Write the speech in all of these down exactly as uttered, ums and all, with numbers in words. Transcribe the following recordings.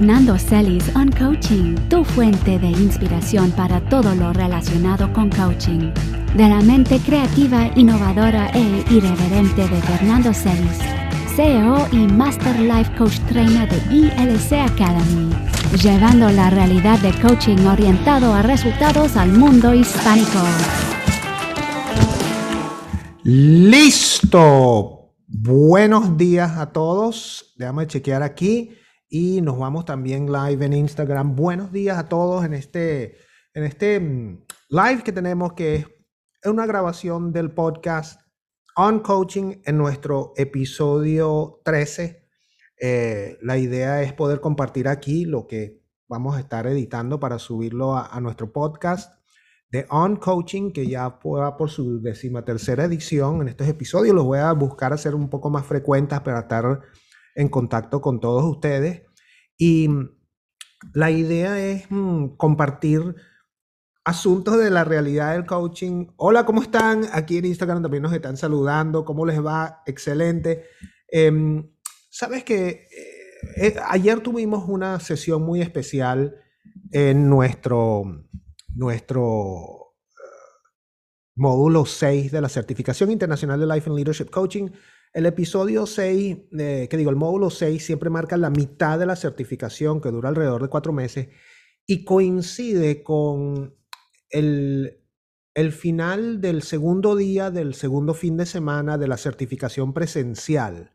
Fernando Celis on Coaching, tu fuente de inspiración para todo lo relacionado con coaching. De la mente creativa, innovadora e irreverente de Fernando Celis, C E O y Master Life Coach Trainer de I L C Academy, llevando la realidad de coaching orientado a resultados al mundo hispánico. ¡Listo! Buenos días a todos. Déjame chequear aquí y nos vamos también live en Instagram. Buenos días a todos en este, en este live que tenemos, que es una grabación del podcast On Coaching en nuestro episodio trece. Eh, la idea es poder compartir aquí lo que vamos a estar editando para subirlo a, a nuestro podcast de On Coaching, que ya va por su decimatercera edición. En estos episodios los voy a buscar hacer un poco más frecuentes para estar en contacto con todos ustedes. Y la idea es mmm, compartir asuntos de la realidad del coaching. Hola, ¿cómo están? Aquí en Instagram también nos están saludando. ¿Cómo les va? Excelente. Eh, Sabes que eh, ayer tuvimos una sesión muy especial en nuestro, nuestro uh, módulo seis de la Certificación Internacional de Life and Leadership Coaching. El episodio seis, eh, que digo, el módulo seis siempre marca la mitad de la certificación, que dura alrededor de cuatro meses, y coincide con el, el final del segundo día del segundo fin de semana de la certificación presencial,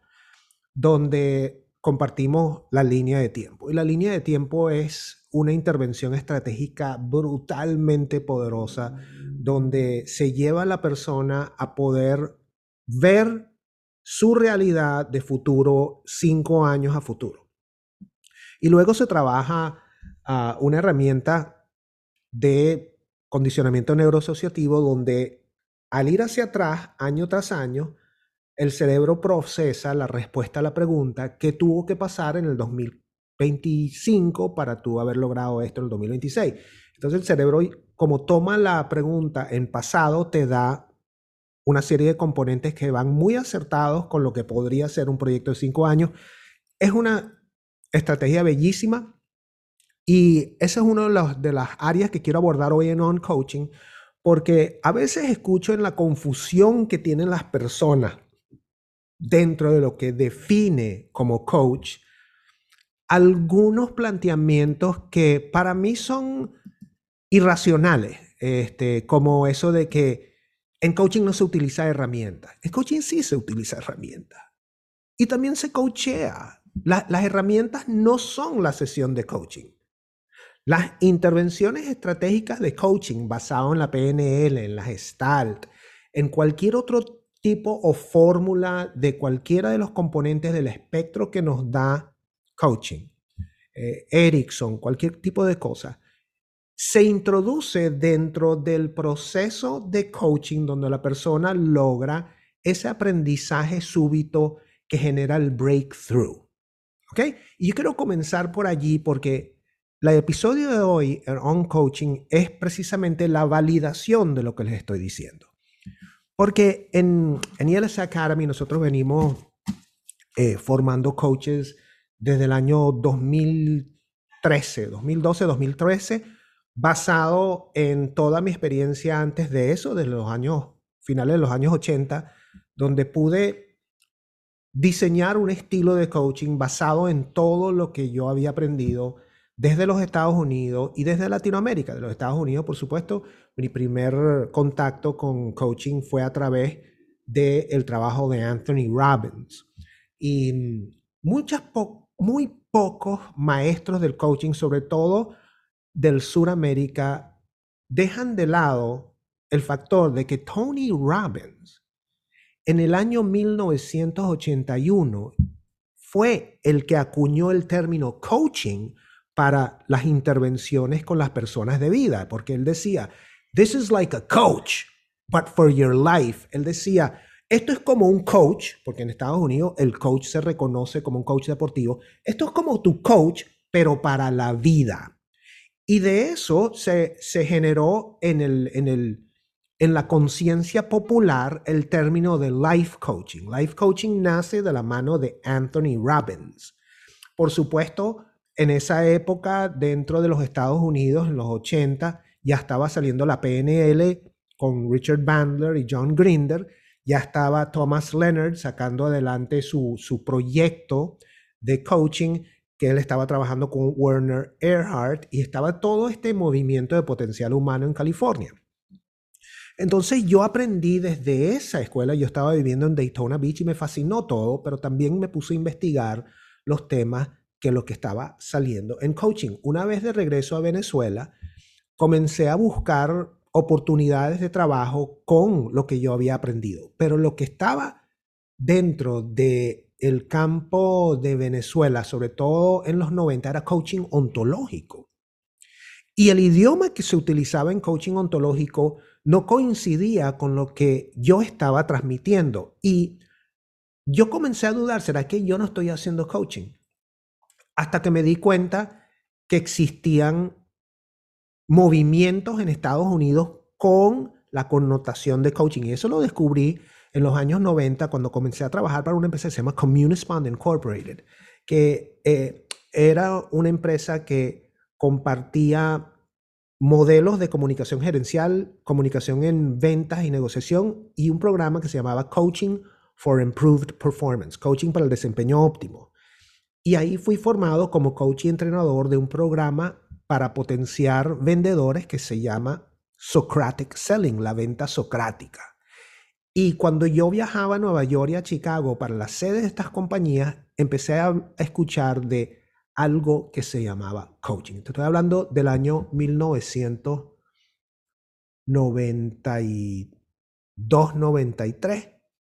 donde compartimos la línea de tiempo. Y la línea de tiempo es una intervención estratégica brutalmente poderosa, donde se lleva a la persona a poder ver su realidad de futuro cinco años a futuro. Y luego se trabaja uh, una herramienta de condicionamiento neuroasociativo, donde al ir hacia atrás, año tras año, el cerebro procesa la respuesta a la pregunta ¿qué tuvo que pasar en el dos mil veinticinco para tú haber logrado esto en el dos mil veintiséis? Entonces el cerebro, como toma la pregunta en pasado, te da una serie de componentes que van muy acertados con lo que podría ser un proyecto de cinco años. Es una estrategia bellísima y esa es una de, los, de las áreas que quiero abordar hoy en On Coaching, porque a veces escucho en la confusión que tienen las personas dentro de lo que define como coach, algunos planteamientos que para mí son irracionales, este, como eso de que en coaching no se utiliza herramientas. En coaching sí se utiliza herramientas. Y también se coachea. La, las herramientas no son la sesión de coaching. Las intervenciones estratégicas de coaching basado en la P N L, en la Gestalt, en cualquier otro tipo o fórmula de cualquiera de los componentes del espectro que nos da coaching, eh, Erickson, cualquier tipo de cosa, se introduce dentro del proceso de coaching donde la persona logra ese aprendizaje súbito que genera el breakthrough. ¿Ok? Y yo quiero comenzar por allí porque el episodio de hoy en On Coaching es precisamente la validación de lo que les estoy diciendo. Porque en, en I L S Academy nosotros venimos eh, formando coaches desde el año dos mil trece, dos mil doce, dos mil trece, basado en toda mi experiencia antes de eso, desde los años finales de los años ochenta, donde pude diseñar un estilo de coaching basado en todo lo que yo había aprendido desde los Estados Unidos y desde Latinoamérica. De los Estados Unidos, por supuesto, mi primer contacto con coaching fue a través del trabajo de Anthony Robbins. Y muchas po- muy pocos maestros del coaching, sobre todo del Suramérica, dejan de lado el factor de que Tony Robbins en el año mil novecientos ochenta y uno fue el que acuñó el término coaching para las intervenciones con las personas de vida, porque él decía, this is like a coach, but for your life. Él decía, esto es como un coach, porque en Estados Unidos el coach se reconoce como un coach deportivo. Esto es como tu coach, pero para la vida. Y de eso se, se generó en, el, en, el, en la conciencia popular el término de life coaching. Life coaching nace de la mano de Anthony Robbins. Por supuesto, en esa época, dentro de los Estados Unidos, en los ochenta, ya estaba saliendo la P N L con Richard Bandler y John Grinder. Ya estaba Thomas Leonard sacando adelante su, su proyecto de coaching, que él estaba trabajando con Werner Erhard, y estaba todo este movimiento de potencial humano en California. Entonces yo aprendí desde esa escuela. Yo estaba viviendo en Daytona Beach y me fascinó todo, pero también me puse a investigar los temas que lo que estaba saliendo en coaching. Una vez de regreso a Venezuela, comencé a buscar oportunidades de trabajo con lo que yo había aprendido, pero lo que estaba dentro de el campo de Venezuela, sobre todo en los noventa, era coaching ontológico. Y el idioma que se utilizaba en coaching ontológico no coincidía con lo que yo estaba transmitiendo. Y yo comencé a dudar, ¿será que yo no estoy haciendo coaching? Hasta que me di cuenta que existían movimientos en Estados Unidos con la connotación de coaching. Y eso lo descubrí en los años noventa, cuando comencé a trabajar para una empresa que se llama Communispond Incorporated, que eh, era una empresa que compartía modelos de comunicación gerencial, comunicación en ventas y negociación, y un programa que se llamaba Coaching for Improved Performance, coaching para el desempeño óptimo. Y ahí fui formado como coach y entrenador de un programa para potenciar vendedores que se llama Socratic Selling, la venta socrática. Y cuando yo viajaba a Nueva York y a Chicago para las sedes de estas compañías, empecé a escuchar de algo que se llamaba coaching. Te estoy hablando del año mil novecientos noventa y dos, noventa y tres,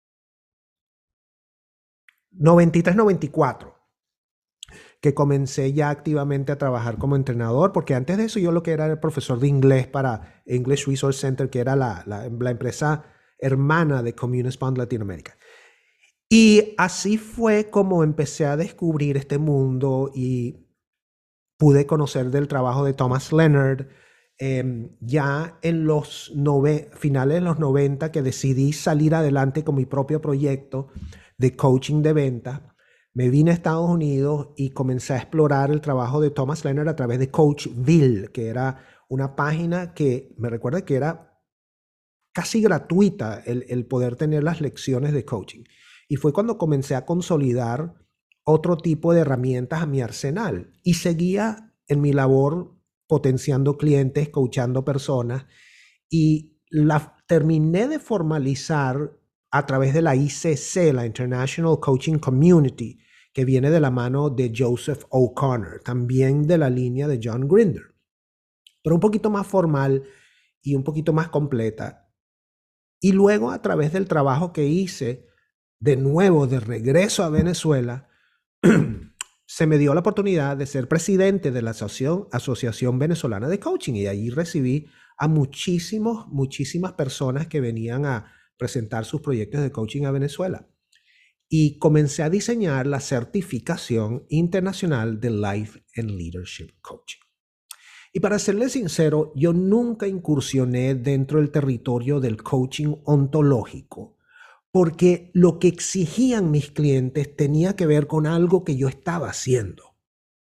noventa y tres, noventa y cuatro, que comencé ya activamente a trabajar como entrenador, porque antes de eso yo lo que era el profesor de inglés para English Resource Center, que era la, la, la empresa hermana de Communispond Latinoamérica. Y así fue como empecé a descubrir este mundo y pude conocer del trabajo de Thomas Leonard. Eh, ya en los nove, finales de los noventa, que decidí salir adelante con mi propio proyecto de coaching de ventas, me vine a Estados Unidos y comencé a explorar el trabajo de Thomas Leonard a través de Coachville, que era una página que me recuerda que era casi gratuita el, el poder tener las lecciones de coaching. Y fue cuando comencé a consolidar otro tipo de herramientas a mi arsenal y seguía en mi labor potenciando clientes, coachando personas, y la terminé de formalizar a través de la I C C, la International Coaching Community, que viene de la mano de Joseph O'Connor, también de la línea de John Grinder, pero un poquito más formal y un poquito más completa. Y luego, a través del trabajo que hice, de nuevo, de regreso a Venezuela, se me dio la oportunidad de ser presidente de la Asociación, Asociación Venezolana de Coaching, y allí recibí a muchísimos, muchísimas personas que venían a presentar sus proyectos de coaching a Venezuela. Y comencé a diseñar la certificación internacional de Life and Leadership Coaching. Y para serles sincero, yo nunca incursioné dentro del territorio del coaching ontológico, porque lo que exigían mis clientes tenía que ver con algo que yo estaba haciendo.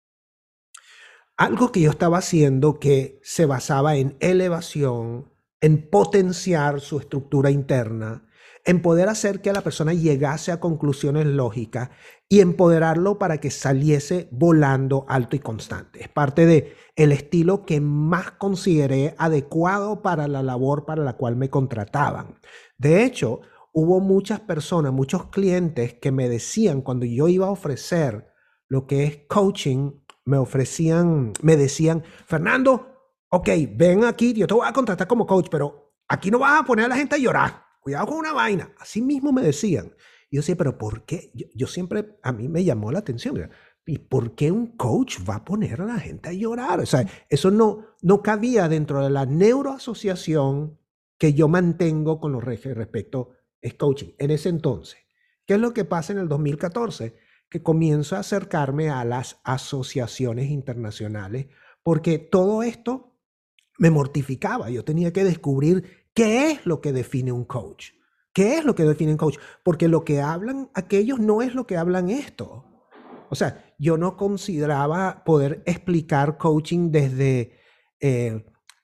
Algo que yo estaba haciendo que se basaba en elevación, en potenciar su estructura interna, en poder hacer que la persona llegase a conclusiones lógicas y empoderarlo para que saliese volando alto y constante. Es parte de el estilo que más consideré adecuado para la labor para la cual me contrataban. De hecho, hubo muchas personas, muchos clientes que me decían, cuando yo iba a ofrecer lo que es coaching, me ofrecían, me decían, Fernando, ok, ven aquí, yo te voy a contratar como coach, pero aquí no vas a poner a la gente a llorar. Cuidado con una vaina. Así mismo me decían. Y yo decía, pero ¿por qué? Yo, yo siempre, a mí me llamó la atención. ¿Y por qué un coach va a poner a la gente a llorar? O sea, eso no, no cabía dentro de la neuroasociación que yo mantengo con lo respecto es coaching. En ese entonces, ¿qué es lo que pasa en el dos mil catorce? Que comienzo a acercarme a las asociaciones internacionales, porque todo esto me mortificaba. Yo tenía que descubrir qué es lo que define un coach. ¿Qué es lo que define un coach? Porque lo que hablan aquellos no es lo que hablan estos. O sea, yo no consideraba poder explicar coaching desde eh,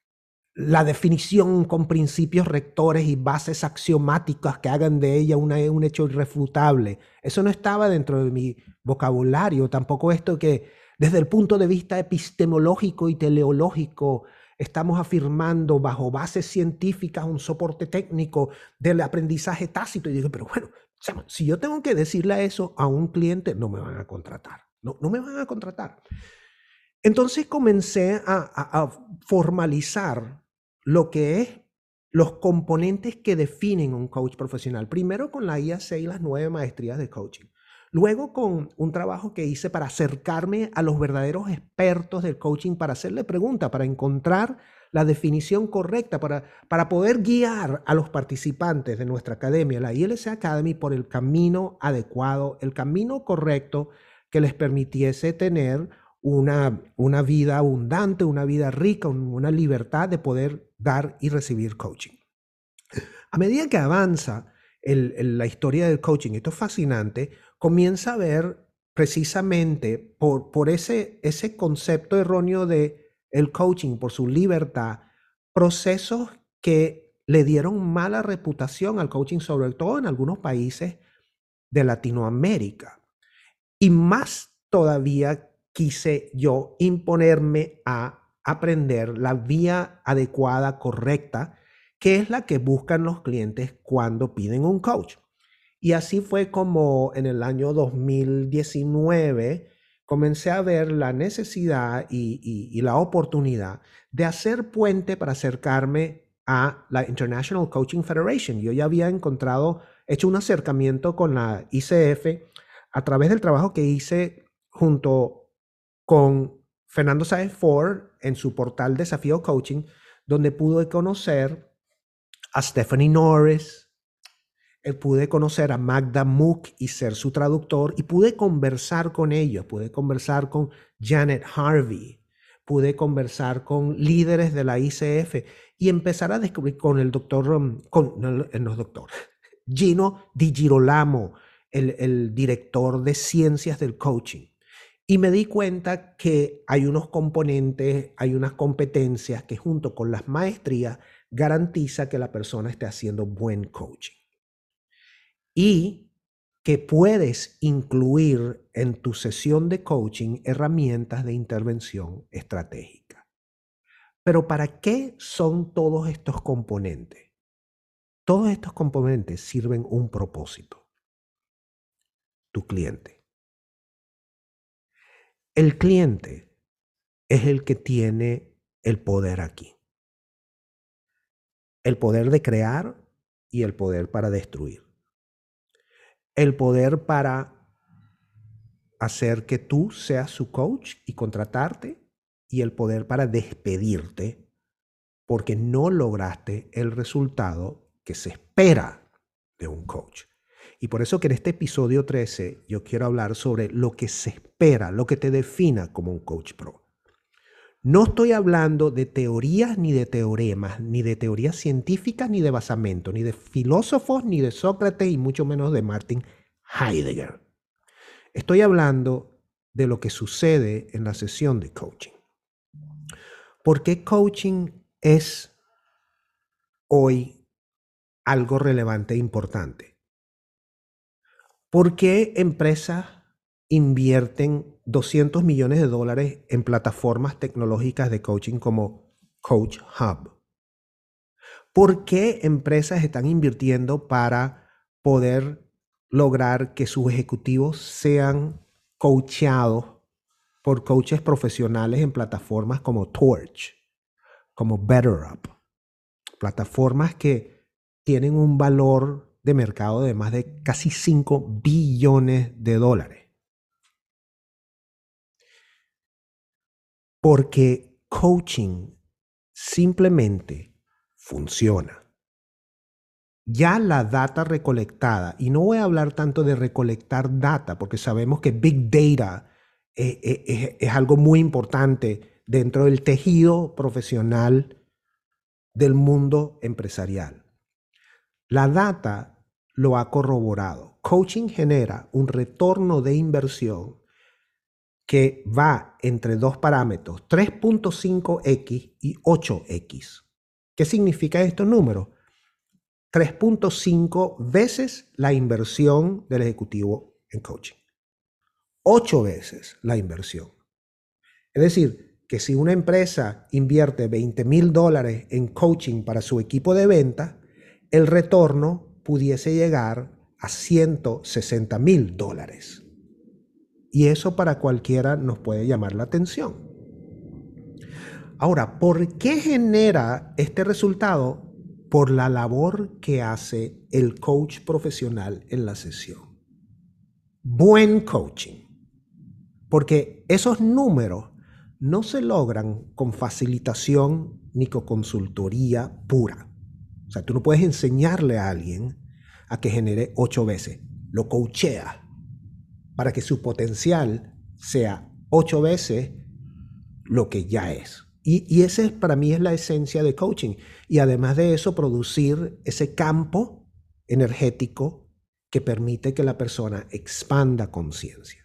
la definición con principios rectores y bases axiomáticas que hagan de ella una, un hecho irrefutable. Eso no estaba dentro de mi vocabulario. Tampoco esto que desde el punto de vista epistemológico y teleológico estamos afirmando bajo bases científicas un soporte técnico del aprendizaje tácito. Y digo, pero bueno, si yo tengo que decirle eso a un cliente, no me van a contratar. No, no me van a contratar. Entonces comencé a, a, a formalizar lo que es los componentes que definen un coach profesional. Primero con la I A C y las nueve maestrías de coaching. Luego con un trabajo que hice para acercarme a los verdaderos expertos del coaching, para hacerle preguntas, para encontrar la definición correcta, para, para poder guiar a los participantes de nuestra academia, la I L C Academy, por el camino adecuado, el camino correcto que les permitiese tener una, una vida abundante, una vida rica, una libertad de poder dar y recibir coaching. A medida que avanza el, el, la historia del coaching, esto es fascinante, comienza a ver precisamente por, por ese, ese concepto erróneo de el coaching, por su libertad, procesos que le dieron mala reputación al coaching, sobre todo en algunos países de Latinoamérica. Y más todavía quise yo imponerme a aprender la vía adecuada, correcta, que es la que buscan los clientes cuando piden un coach. Y así fue como en el año dos mil diecinueve comencé a ver la necesidad y, y, y la oportunidad de hacer puente para acercarme a la International Coaching Federation. Yo ya había encontrado, hecho un acercamiento con la I C F a través del trabajo que hice junto con Fernando Sáez Ford en su portal Desafío Coaching, donde pude conocer a Stephanie Norris, pude conocer a Magda Mook y ser su traductor, y pude conversar con ellos, pude conversar con Janet Harvey, pude conversar con líderes de la I C F y empezar a descubrir con el doctor, con no, no doctor, Gino Di Girolamo, el, el director de ciencias del coaching. Y me di cuenta que hay unos componentes, hay unas competencias que junto con las maestrías garantiza que la persona esté haciendo buen coaching. Y que puedes incluir en tu sesión de coaching herramientas de intervención estratégica. Pero ¿para qué son todos estos componentes? Todos estos componentes sirven un propósito. Tu cliente. El cliente es el que tiene el poder aquí. El poder de crear y el poder para destruir. El poder para hacer que tú seas su coach y contratarte, y el poder para despedirte porque no lograste el resultado que se espera de un coach. Y por eso que en este episodio trece yo quiero hablar sobre lo que se espera, lo que te defina como un coach pro. No estoy hablando de teorías ni de teoremas, ni de teorías científicas, ni de basamento, ni de filósofos, ni de Sócrates, y mucho menos de Martin Heidegger. Estoy hablando de lo que sucede en la sesión de coaching. ¿Por qué coaching es hoy algo relevante e importante? ¿Por qué empresas invierten doscientos millones de dólares en plataformas tecnológicas de coaching como Coach Hub? ¿Por qué empresas están invirtiendo para poder lograr que sus ejecutivos sean coacheados por coaches profesionales en plataformas como Torch, como BetterUp? Plataformas que tienen un valor de mercado de más de casi cinco billones de dólares. Porque coaching simplemente funciona. Ya la data recolectada, y no voy a hablar tanto de recolectar data, porque sabemos que Big Data es, es, es algo muy importante dentro del tejido profesional del mundo empresarial. La data lo ha corroborado. Coaching genera un retorno de inversión que va entre dos parámetros, tres punto cinco equis y ocho equis. ¿Qué significa estos números? tres punto cinco veces la inversión del ejecutivo en coaching. ocho veces la inversión. Es decir, que si una empresa invierte veinte mil dólares en coaching para su equipo de venta, el retorno pudiese llegar a ciento sesenta mil dólares. Y eso para cualquiera nos puede llamar la atención. Ahora, ¿por qué genera este resultado? Por la labor que hace el coach profesional en la sesión. Buen coaching. Porque esos números no se logran con facilitación ni con consultoría pura. O sea, tú no puedes enseñarle a alguien a que genere ocho veces. Lo coacheas para que su potencial sea ocho veces lo que ya es. Y, y ese para mí es la esencia de coaching. Y además de eso, producir ese campo energético que permite que la persona expanda conciencia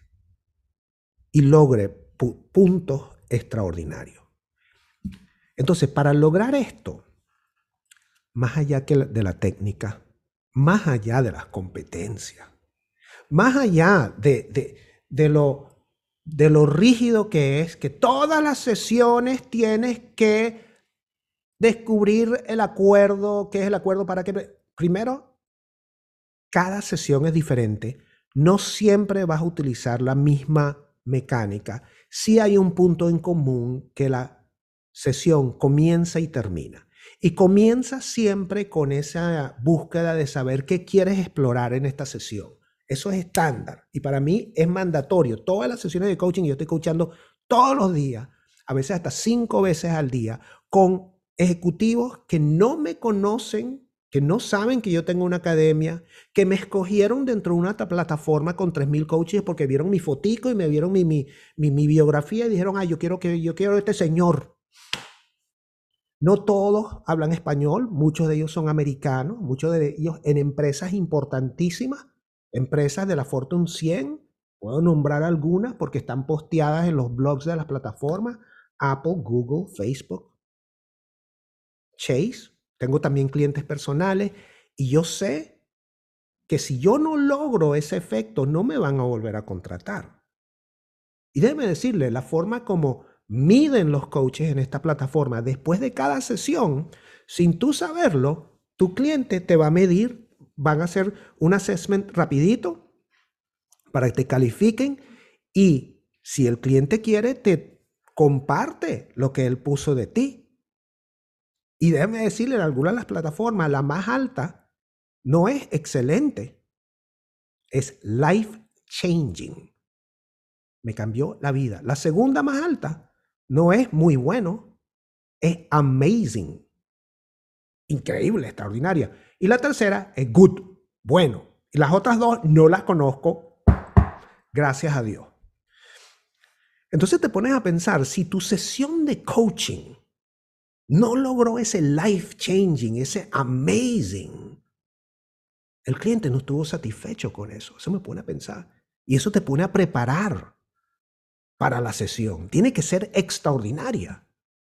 y logre pu- puntos extraordinarios. Entonces, para lograr esto, más allá que de la técnica, más allá de las competencias, más allá de, de, de, lo, de lo rígido que es, que todas las sesiones tienes que descubrir el acuerdo, qué es el acuerdo para qué. Primero, cada sesión es diferente. No siempre vas a utilizar la misma mecánica. Sí hay un punto en común que la sesión comienza y termina. Y comienza siempre con esa búsqueda de saber qué quieres explorar en esta sesión. Eso es estándar y para mí es mandatorio. Todas las sesiones de coaching, yo estoy coachando todos los días, a veces hasta cinco veces al día, con ejecutivos que no me conocen, que no saben que yo tengo una academia, que me escogieron dentro de una plataforma con tres mil coaches porque vieron mi fotico y me vieron mi, mi, mi, mi biografía y dijeron, ah, yo quiero que yo quiero a este señor. No todos hablan español, muchos de ellos son americanos, muchos de ellos en empresas importantísimas, empresas de la Fortune cien, puedo nombrar algunas porque están posteadas en los blogs de las plataformas, Apple, Google, Facebook, Chase. Tengo también clientes personales y yo sé que si yo no logro ese efecto, no me van a volver a contratar. Y déjeme decirle, la forma como miden los coaches en esta plataforma, después de cada sesión, sin tú saberlo, tu cliente te va a medir, van a hacer un assessment rapidito para que te califiquen y si el cliente quiere, te comparte lo que él puso de ti. Y déjame decirle, en algunas de las plataformas, la más alta no es excelente, es life changing. Me cambió la vida. La segunda más alta no es muy bueno, es amazing, increíble, extraordinaria. Y la tercera es good, bueno. Y las otras dos no las conozco, gracias a Dios. Entonces te pones a pensar, si tu sesión de coaching no logró ese life changing, ese amazing, el cliente no estuvo satisfecho con eso. Eso me pone a pensar. Y eso te pone a preparar para la sesión. Tiene que ser extraordinaria.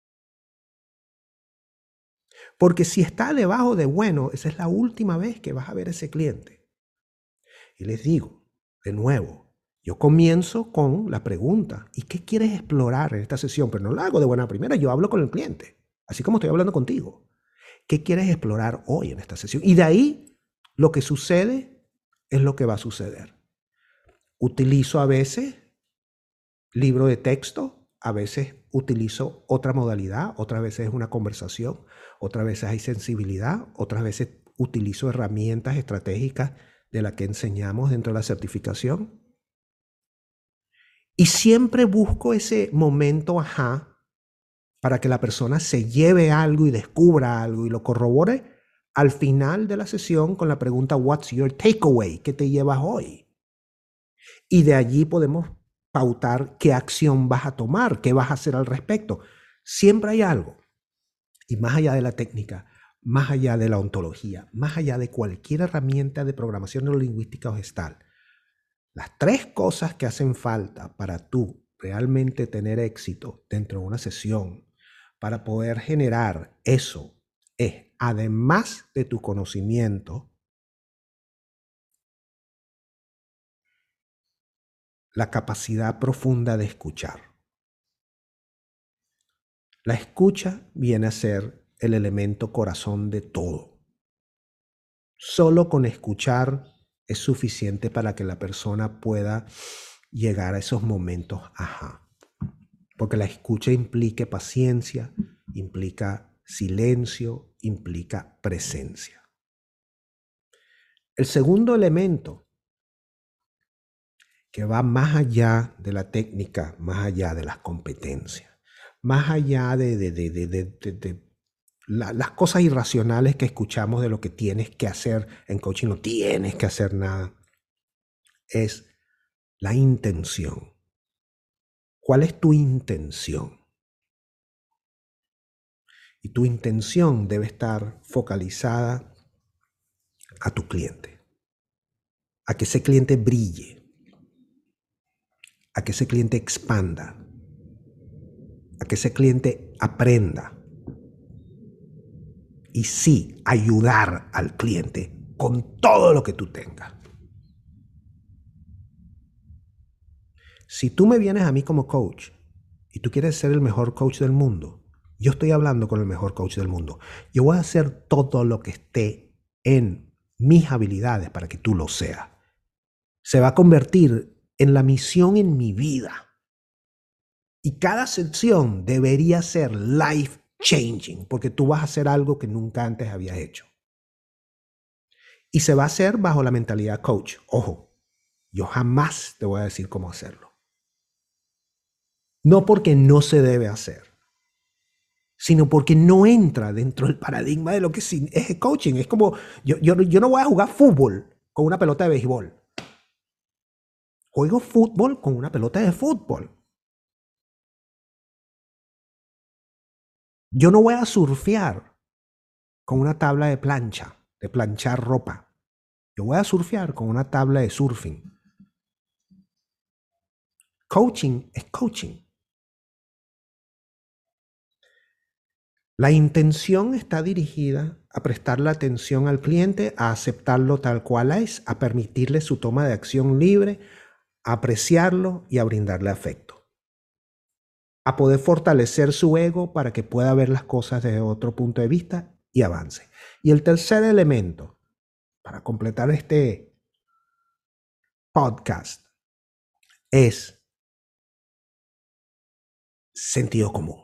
Porque si está debajo de bueno, esa es la última vez que vas a ver a ese cliente. Y les digo, de nuevo, yo comienzo con la pregunta, ¿y qué quieres explorar en esta sesión? Pero no la hago de buena primera, yo hablo con el cliente, así como estoy hablando contigo. ¿Qué quieres explorar hoy en esta sesión? Y de ahí, lo que sucede es lo que va a suceder. Utilizo a veces libro de texto, a veces utilizo otra modalidad, otras veces es una conversación, otras veces hay sensibilidad, otras veces utilizo herramientas estratégicas de las que enseñamos dentro de la certificación. Y siempre busco ese momento ajá para que la persona se lleve algo y descubra algo y lo corrobore al final de la sesión con la pregunta "What's your takeaway?", ¿qué te llevas hoy? Y de allí podemos pautar qué acción vas a tomar, qué vas a hacer al respecto. Siempre hay algo. Y más allá de la técnica, más allá de la ontología, más allá de cualquier herramienta de programación neurolingüística o gestal, las tres cosas que hacen falta para tú realmente tener éxito dentro de una sesión, para poder generar eso, es, además de tu conocimiento, la capacidad profunda de escuchar. La escucha viene a ser el elemento corazón de todo. Solo con escuchar es suficiente para que la persona pueda llegar a esos momentos, ajá. Porque la escucha implica paciencia, implica silencio, implica presencia. El segundo elemento, que va más allá de la técnica, más allá de las competencias, más allá de, de, de, de, de, de, de la, las cosas irracionales que escuchamos de lo que tienes que hacer en coaching, no tienes que hacer nada, es la intención. ¿Cuál es tu intención? Y tu intención debe estar focalizada a tu cliente, a que ese cliente brille, a que ese cliente expanda, a que ese cliente aprenda. Y sí, ayudar al cliente con todo lo que tú tengas. Si tú me vienes a mí como coach y tú quieres ser el mejor coach del mundo, yo estoy hablando con el mejor coach del mundo. Yo voy a hacer todo lo que esté en mis habilidades para que tú lo seas. Se va a convertir en la misión en mi vida. Y cada sesión debería ser life changing, porque tú vas a hacer algo que nunca antes habías hecho. Y se va a hacer bajo la mentalidad coach. Ojo, yo jamás te voy a decir cómo hacerlo. No porque no se debe hacer, sino porque no entra dentro del paradigma de lo que es el coaching. Es como, yo, yo, yo no voy a jugar fútbol con una pelota de béisbol. Juego fútbol con una pelota de fútbol. Yo no voy a surfear con una tabla de plancha, de planchar ropa. Yo voy a surfear con una tabla de surfing. Coaching es coaching. La intención está dirigida a prestarle atención al cliente, a aceptarlo tal cual es, a permitirle su toma de acción libre, a apreciarlo y a brindarle afecto. A poder fortalecer su ego para que pueda ver las cosas desde otro punto de vista y avance. Y el tercer elemento, para completar este podcast, es sentido común.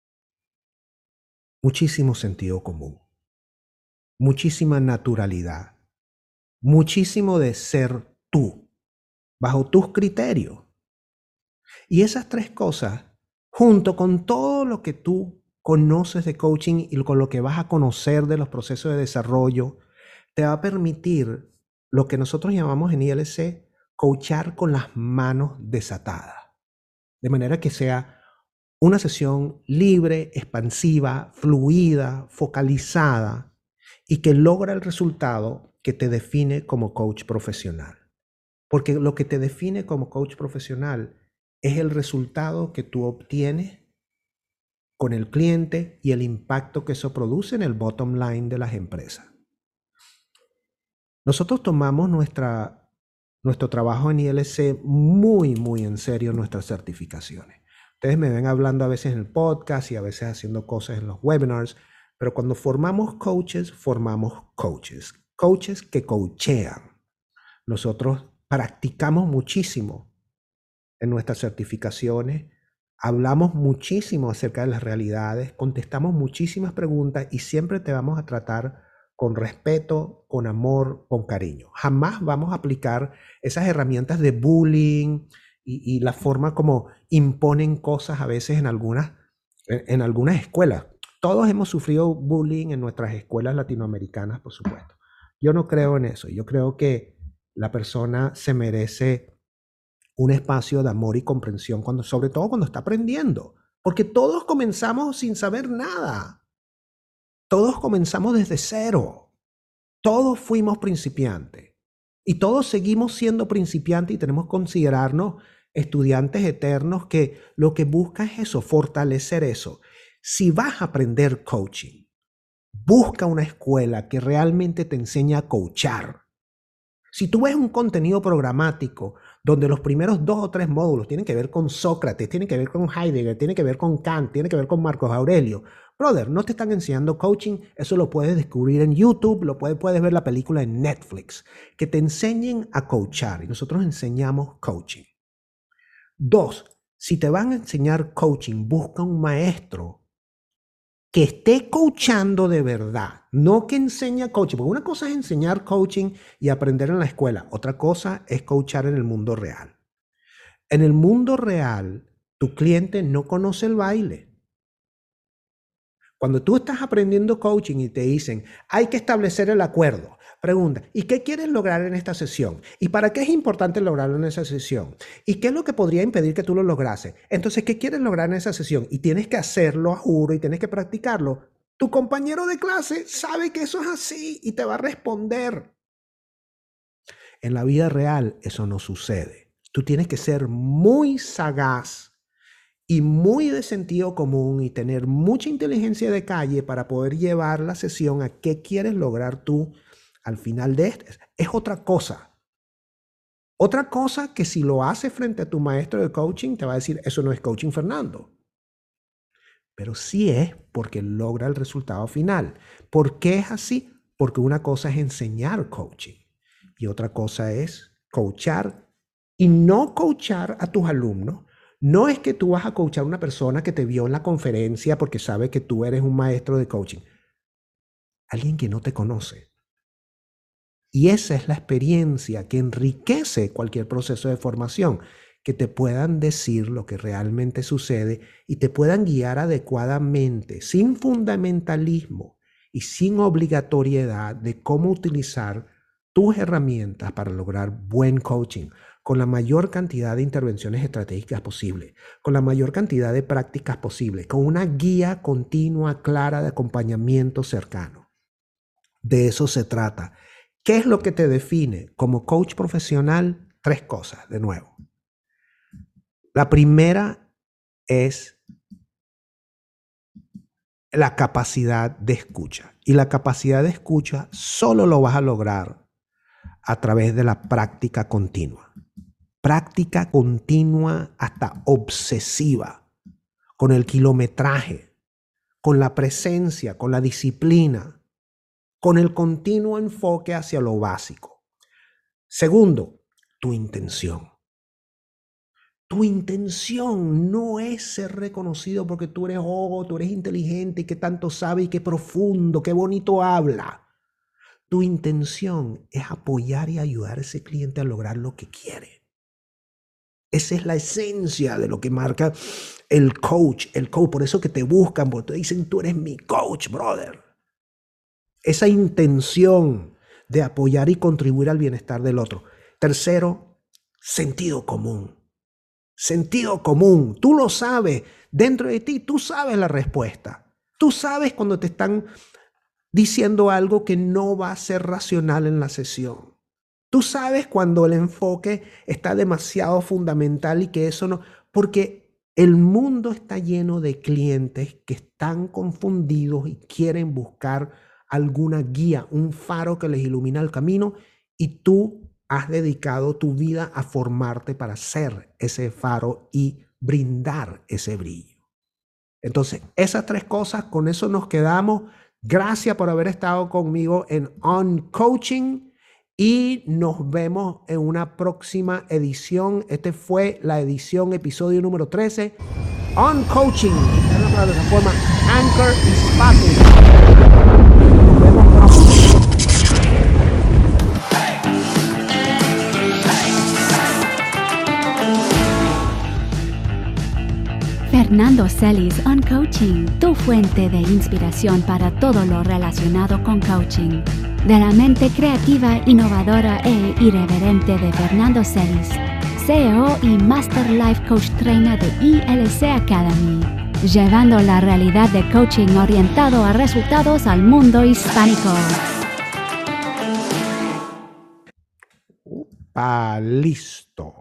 Muchísimo sentido común. Muchísima naturalidad. Muchísimo de ser tú, bajo tus criterios. Y esas tres cosas, junto con todo lo que tú conoces de coaching y con lo que vas a conocer de los procesos de desarrollo, te va a permitir lo que nosotros llamamos en I L C, coachar con las manos desatadas. De manera que sea una sesión libre, expansiva, fluida, focalizada y que logra el resultado que te define como coach profesional. Porque lo que te define como coach profesional es el resultado que tú obtienes con el cliente y el impacto que eso produce en el bottom line de las empresas. Nosotros tomamos nuestra, nuestro trabajo en I L C muy, muy en serio, nuestras certificaciones. Ustedes me ven hablando a veces en el podcast y a veces haciendo cosas en los webinars, pero cuando formamos coaches, formamos coaches. Coaches que coachean. Nosotros practicamos muchísimo en nuestras certificaciones, hablamos muchísimo acerca de las realidades, contestamos muchísimas preguntas y siempre te vamos a tratar con respeto, con amor, con cariño. Jamás vamos a aplicar esas herramientas de bullying y, y la forma como imponen cosas a veces en algunas, en, en algunas escuelas. Todos hemos sufrido bullying en nuestras escuelas latinoamericanas, por supuesto. Yo no creo en eso. Yo creo que la persona se merece un espacio de amor y comprensión, cuando, sobre todo cuando está aprendiendo. Porque todos comenzamos sin saber nada. Todos comenzamos desde cero. Todos fuimos principiantes. Y todos seguimos siendo principiantes y tenemos que considerarnos estudiantes eternos que lo que buscan es eso, fortalecer eso. Si vas a aprender coaching, busca una escuela que realmente te enseñe a coachar. Si tú ves un contenido programático donde los primeros dos o tres módulos tienen que ver con Sócrates, tienen que ver con Heidegger, tienen que ver con Kant, tienen que ver con Marcos Aurelio, brother, no te están enseñando coaching. Eso lo puedes descubrir en YouTube, lo puedes, puedes ver la película en Netflix. Que te enseñen a coachar y nosotros enseñamos coaching. Dos, si te van a enseñar coaching, busca un maestro que esté coachando de verdad, no que enseña coaching, porque una cosa es enseñar coaching y aprender en la escuela, otra cosa es coachar en el mundo real. En el mundo real, tu cliente no conoce el baile. Cuando tú estás aprendiendo coaching y te dicen, hay que establecer el acuerdo, pregunta, ¿y qué quieres lograr en esta sesión? ¿Y para qué es importante lograrlo en esa sesión? ¿Y qué es lo que podría impedir que tú lo lograse? Entonces, ¿qué quieres lograr en esa sesión? Y tienes que hacerlo a juro y tienes que practicarlo. Tu compañero de clase sabe que eso es así y te va a responder. En la vida real eso no sucede. Tú tienes que ser muy sagaz y muy de sentido común y tener mucha inteligencia de calle para poder llevar la sesión a qué quieres lograr tú al final de este. Es otra cosa. Otra cosa que si lo haces frente a tu maestro de coaching, te va a decir, eso no es coaching, Fernando. Pero sí es porque logra el resultado final. ¿Por qué es así? Porque una cosa es enseñar coaching y otra cosa es coachar y no coachar a tus alumnos. No es que tú vas a coachar a una persona que te vio en la conferencia porque sabe que tú eres un maestro de coaching. Alguien que no te conoce. Y esa es la experiencia que enriquece cualquier proceso de formación, que te puedan decir lo que realmente sucede y te puedan guiar adecuadamente, sin fundamentalismo y sin obligatoriedad de cómo utilizar tus herramientas para lograr buen coaching, con la mayor cantidad de intervenciones estratégicas posible, con la mayor cantidad de prácticas posible, con una guía continua, clara de acompañamiento cercano. De eso se trata. ¿Qué es lo que te define como coach profesional? Tres cosas, de nuevo. La primera es la capacidad de escucha. Y la capacidad de escucha solo lo vas a lograr a través de la práctica continua. Práctica continua hasta obsesiva, con el kilometraje, con la presencia, con la disciplina, con el continuo enfoque hacia lo básico. Segundo, tu intención. Tu intención no es ser reconocido porque tú eres oh, tú eres inteligente y que tanto sabe y qué profundo, qué bonito habla. Tu intención es apoyar y ayudar a ese cliente a lograr lo que quiere. Esa es la esencia de lo que marca el coach, el coach. Por eso que te buscan, porque te dicen, tú eres mi coach, brother. Esa intención de apoyar y contribuir al bienestar del otro. Tercero, sentido común. Sentido común. Tú lo sabes. Dentro de ti, tú sabes la respuesta. Tú sabes cuando te están diciendo algo que no va a ser racional en la sesión. Tú sabes cuando el enfoque está demasiado fundamental y que eso no... Porque el mundo está lleno de clientes que están confundidos y quieren buscar alguna guía, un faro que les ilumina el camino, y tú has dedicado tu vida a formarte para ser ese faro y brindar ese brillo. Entonces, esas tres cosas, con eso nos quedamos. Gracias por haber estado conmigo en On Coaching y nos vemos en una próxima edición. Este fue la edición, episodio número trece. On Coaching, en la plataforma Anchor y Spotify. Nos vemos pronto. Fernando Celis On Coaching, tu fuente de inspiración para todo lo relacionado con coaching. De la mente creativa, innovadora e irreverente de Fernando Celis, C E O y Master Life Coach Trainer de I L C Academy, llevando la realidad de coaching orientado a resultados al mundo hispánico. Ah, listo.